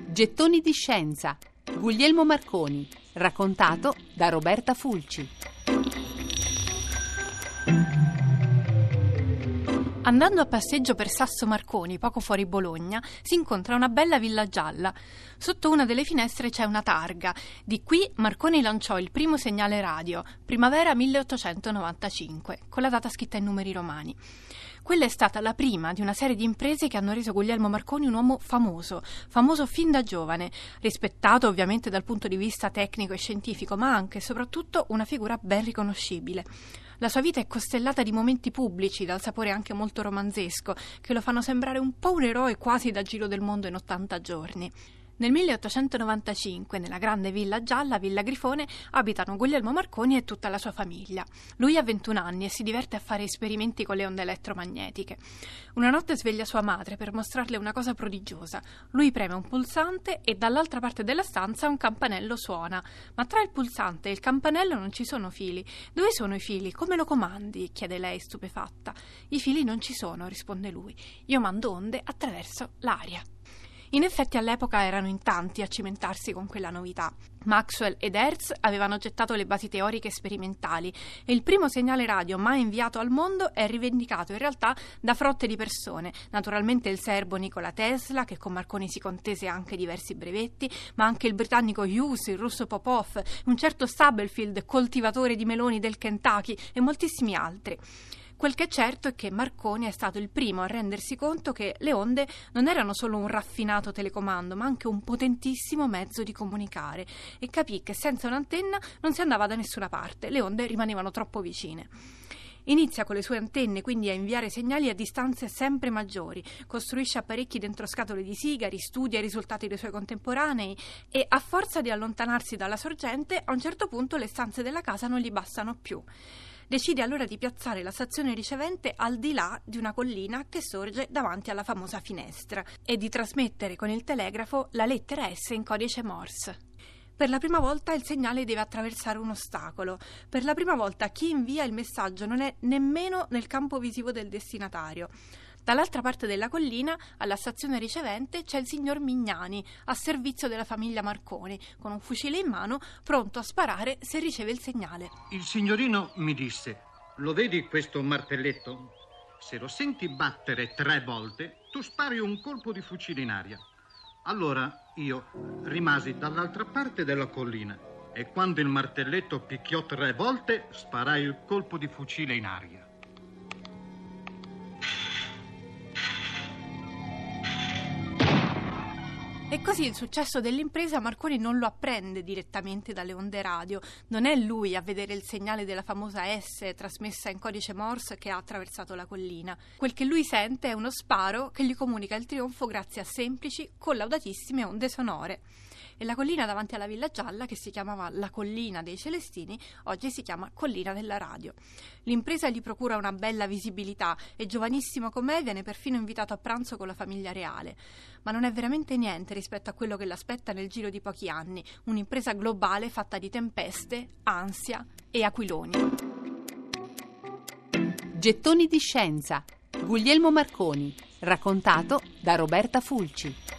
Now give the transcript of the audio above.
Gettoni di scienza. Guglielmo Marconi. Raccontato da Roberta Fulci. Andando a passeggio per Sasso Marconi, poco fuori Bologna, si incontra una bella villa gialla. Sotto una delle finestre c'è una targa. Di qui Marconi lanciò il primo segnale radio, primavera 1895, con la data scritta in numeri romani. Quella è stata la prima di una serie di imprese che hanno reso Guglielmo Marconi un uomo famoso fin da giovane, rispettato ovviamente dal punto di vista tecnico e scientifico, ma anche e soprattutto una figura ben riconoscibile. La sua vita è costellata di momenti pubblici, dal sapore anche molto romanzesco, che lo fanno sembrare un po' un eroe quasi da giro del mondo in 80 giorni. Nel 1895, nella grande villa gialla, Villa Grifone, abitano Guglielmo Marconi e tutta la sua famiglia. Lui ha 21 anni e si diverte a fare esperimenti con le onde elettromagnetiche. Una notte sveglia sua madre per mostrarle una cosa prodigiosa. Lui preme un pulsante e dall'altra parte della stanza un campanello suona. Ma tra il pulsante e il campanello non ci sono fili. Dove sono i fili? Come lo comandi? Chiede lei stupefatta. I fili non ci sono, risponde lui. Io mando onde attraverso l'aria. In effetti all'epoca erano in tanti a cimentarsi con quella novità. Maxwell ed Hertz avevano gettato le basi teoriche e sperimentali e il primo segnale radio mai inviato al mondo è rivendicato in realtà da frotte di persone. Naturalmente il serbo Nikola Tesla, che con Marconi si contese anche diversi brevetti, ma anche il britannico Hughes, il russo Popov, un certo Stubblefield, coltivatore di meloni del Kentucky e moltissimi altri. Quel che è certo è che Marconi è stato il primo a rendersi conto che le onde non erano solo un raffinato telecomando, ma anche un potentissimo mezzo di comunicare, e capì che senza un'antenna non si andava da nessuna parte, le onde rimanevano troppo vicine. Inizia con le sue antenne quindi a inviare segnali a distanze sempre maggiori, costruisce apparecchi dentro scatole di sigari, studia i risultati dei suoi contemporanei e, a forza di allontanarsi dalla sorgente, a un certo punto le stanze della casa non gli bastano più. Decide allora di piazzare la stazione ricevente al di là di una collina che sorge davanti alla famosa finestra e di trasmettere con il telegrafo la lettera S in codice Morse. Per la prima volta il segnale deve attraversare un ostacolo. Per la prima volta chi invia il messaggio non è nemmeno nel campo visivo del destinatario. Dall'altra parte della collina, alla stazione ricevente, c'è il signor Mignani, a servizio della famiglia Marconi, con un fucile in mano, pronto a sparare se riceve il segnale. Il signorino mi disse: lo vedi questo martelletto? Se lo senti battere 3 volte, tu spari un colpo di fucile in aria. Allora io rimasi dall'altra parte della collina e quando il martelletto picchiò 3 volte, sparai il colpo di fucile in aria. E così il successo dell'impresa Marconi non lo apprende direttamente dalle onde radio. Non è lui a vedere il segnale della famosa S trasmessa in codice Morse che ha attraversato la collina. Quel che lui sente è uno sparo che gli comunica il trionfo grazie a semplici, collaudatissime onde sonore. E la collina davanti alla Villa Gialla, che si chiamava la Collina dei Celestini, oggi si chiama Collina della Radio. L'impresa gli procura una bella visibilità e, giovanissimo com'è, viene perfino invitato a pranzo con la famiglia reale. Ma non è veramente niente rispetto a quello che l'aspetta nel giro di pochi anni, un'impresa globale fatta di tempeste, ansia e aquiloni. Gettoni di scienza. Guglielmo Marconi. Raccontato da Roberta Fulci.